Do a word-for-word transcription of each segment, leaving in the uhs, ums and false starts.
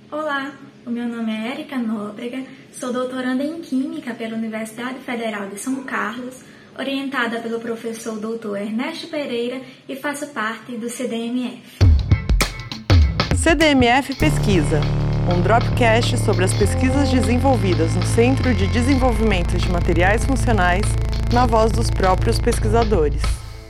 Olá, o meu nome é Érica Nóbrega, sou doutoranda em Química pela Universidade Federal de São Carlos, orientada pelo professor doutor Ernesto Pereira e faço parte do C D M F. C D M F Pesquisa, um dropcast sobre as pesquisas desenvolvidas no Centro de Desenvolvimento de Materiais Funcionais, na voz dos próprios pesquisadores.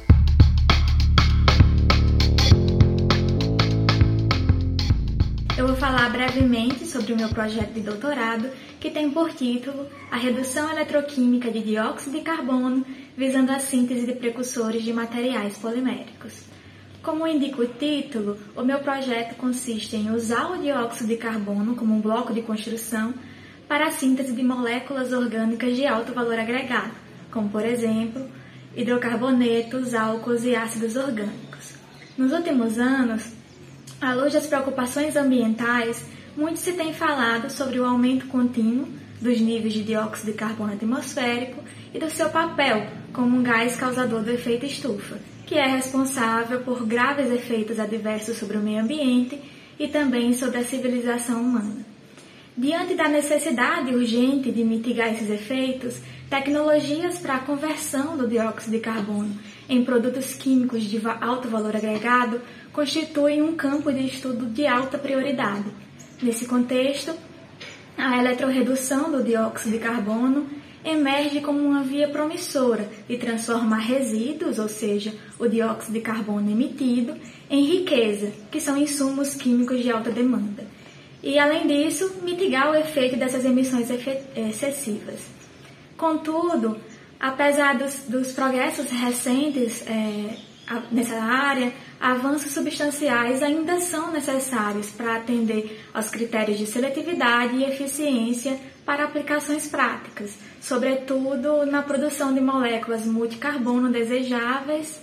Eu vou falar brevemente sobre o meu projeto de doutorado, que tem por título a redução eletroquímica de dióxido de carbono, visando a síntese de precursores de materiais poliméricos. Como indica o título, o meu projeto consiste em usar o dióxido de carbono como um bloco de construção para a síntese de moléculas orgânicas de alto valor agregado, como, por exemplo, hidrocarbonetos, álcools e ácidos orgânicos. Nos últimos anos, à luz das preocupações ambientais, muito se tem falado sobre o aumento contínuo dos níveis de dióxido de carbono atmosférico e do seu papel como um gás causador do efeito estufa, que é responsável por graves efeitos adversos sobre o meio ambiente e também sobre a civilização humana. Diante da necessidade urgente de mitigar esses efeitos, tecnologias para a conversão do dióxido de carbono em produtos químicos de alto valor agregado constituem um campo de estudo de alta prioridade. Nesse contexto, a eletroredução do dióxido de carbono emerge como uma via promissora de transformar resíduos, ou seja, o dióxido de carbono emitido, em riqueza, que são insumos químicos de alta demanda. E, além disso, mitigar o efeito dessas emissões excessivas. Contudo, apesar dos, dos progressos recentes é, nessa área, avanços substanciais ainda são necessários para atender aos critérios de seletividade e eficiência para aplicações práticas, sobretudo na produção de moléculas multicarbono desejáveis,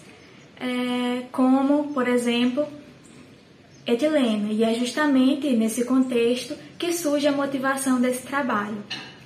é, como, por exemplo, etileno. E é justamente nesse contexto que surge a motivação desse trabalho.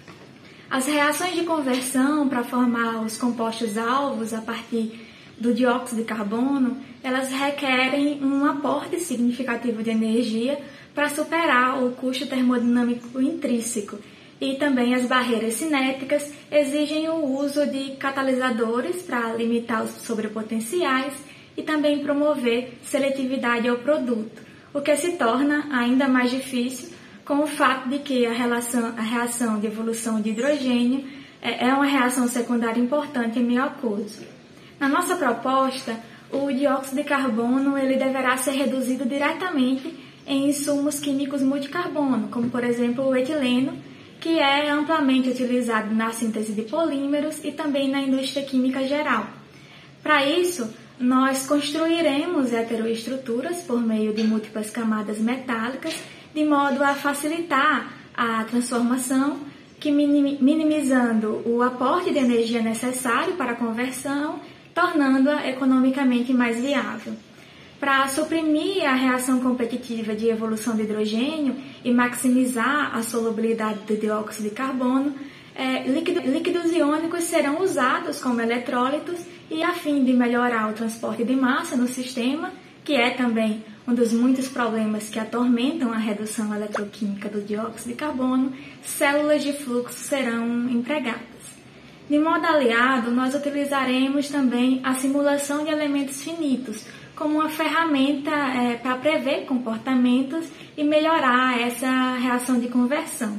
As reações de conversão para formar os compostos alvos a partir do dióxido de carbono, elas requerem um aporte significativo de energia para superar o custo termodinâmico intrínseco, e também as barreiras cinéticas exigem o uso de catalisadores para limitar os sobrepotenciais e também promover seletividade ao produto, o que se torna ainda mais difícil com o fato de que a, relação, a reação de evolução de hidrogênio é, é uma reação secundária importante em meio aquoso. Na nossa proposta, o dióxido de carbono ele deverá ser reduzido diretamente em insumos químicos multicarbono, como, por exemplo, o etileno, que é amplamente utilizado na síntese de polímeros e também na indústria química geral. Para isso, nós construiremos heteroestruturas por meio de múltiplas camadas metálicas, de modo a facilitar a transformação, que minimizando o aporte de energia necessário para a conversão, tornando-a economicamente mais viável. Para suprimir a reação competitiva de evolução de hidrogênio e maximizar a solubilidade do dióxido de carbono, é, líquido, líquidos iônicos serão usados como eletrólitos e a fim de melhorar o transporte de massa no sistema, que é também um dos muitos problemas que atormentam a redução eletroquímica do dióxido de carbono, células de fluxo serão empregadas. De modo aliado, nós utilizaremos também a simulação de elementos finitos como uma ferramenta é, para prever comportamentos e melhorar essa reação de conversão.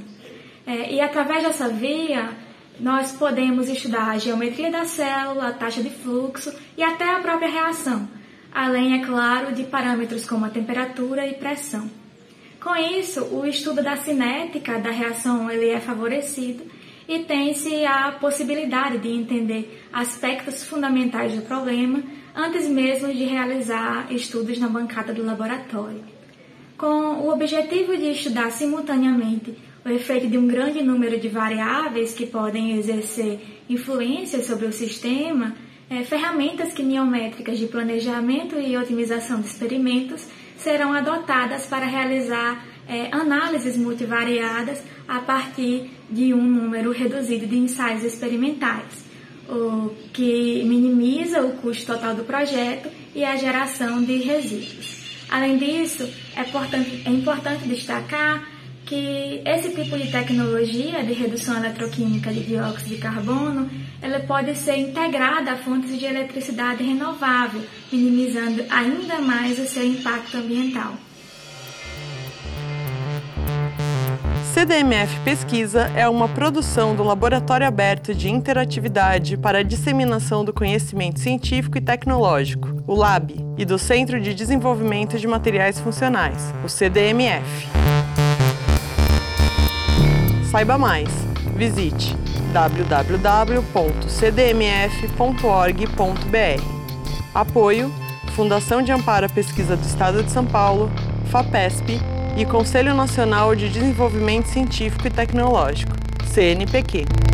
É, e através dessa via, nós podemos estudar a geometria da célula, a taxa de fluxo e até a própria reação, além, é claro, de parâmetros como a temperatura e pressão. Com isso, o estudo da cinética da reação ele é favorecido e tem-se a possibilidade de entender aspectos fundamentais do problema antes mesmo de realizar estudos na bancada do laboratório. Com o objetivo de estudar simultaneamente o efeito de um grande número de variáveis que podem exercer influência sobre o sistema, é, ferramentas quimiométricas de planejamento e otimização de experimentos serão adotadas para realizar é, análises multivariadas a partir de um número reduzido de ensaios experimentais, o que minimiza o custo total do projeto e a geração de resíduos. Além disso, é importante, é importante destacar que esse tipo de tecnologia de redução eletroquímica de dióxido de carbono, ela pode ser integrada a fontes de eletricidade renovável, minimizando ainda mais o seu impacto ambiental. C D M F Pesquisa é uma produção do Laboratório Aberto de Interatividade para a Disseminação do Conhecimento Científico e Tecnológico, o L A B, e do Centro de Desenvolvimento de Materiais Funcionais, o C D M F. Saiba mais, visite w w w ponto c d m f ponto org ponto b r. Apoio: Fundação de Amparo à Pesquisa do Estado de São Paulo, FAPESP e Conselho Nacional de Desenvolvimento Científico e Tecnológico, C N Pq.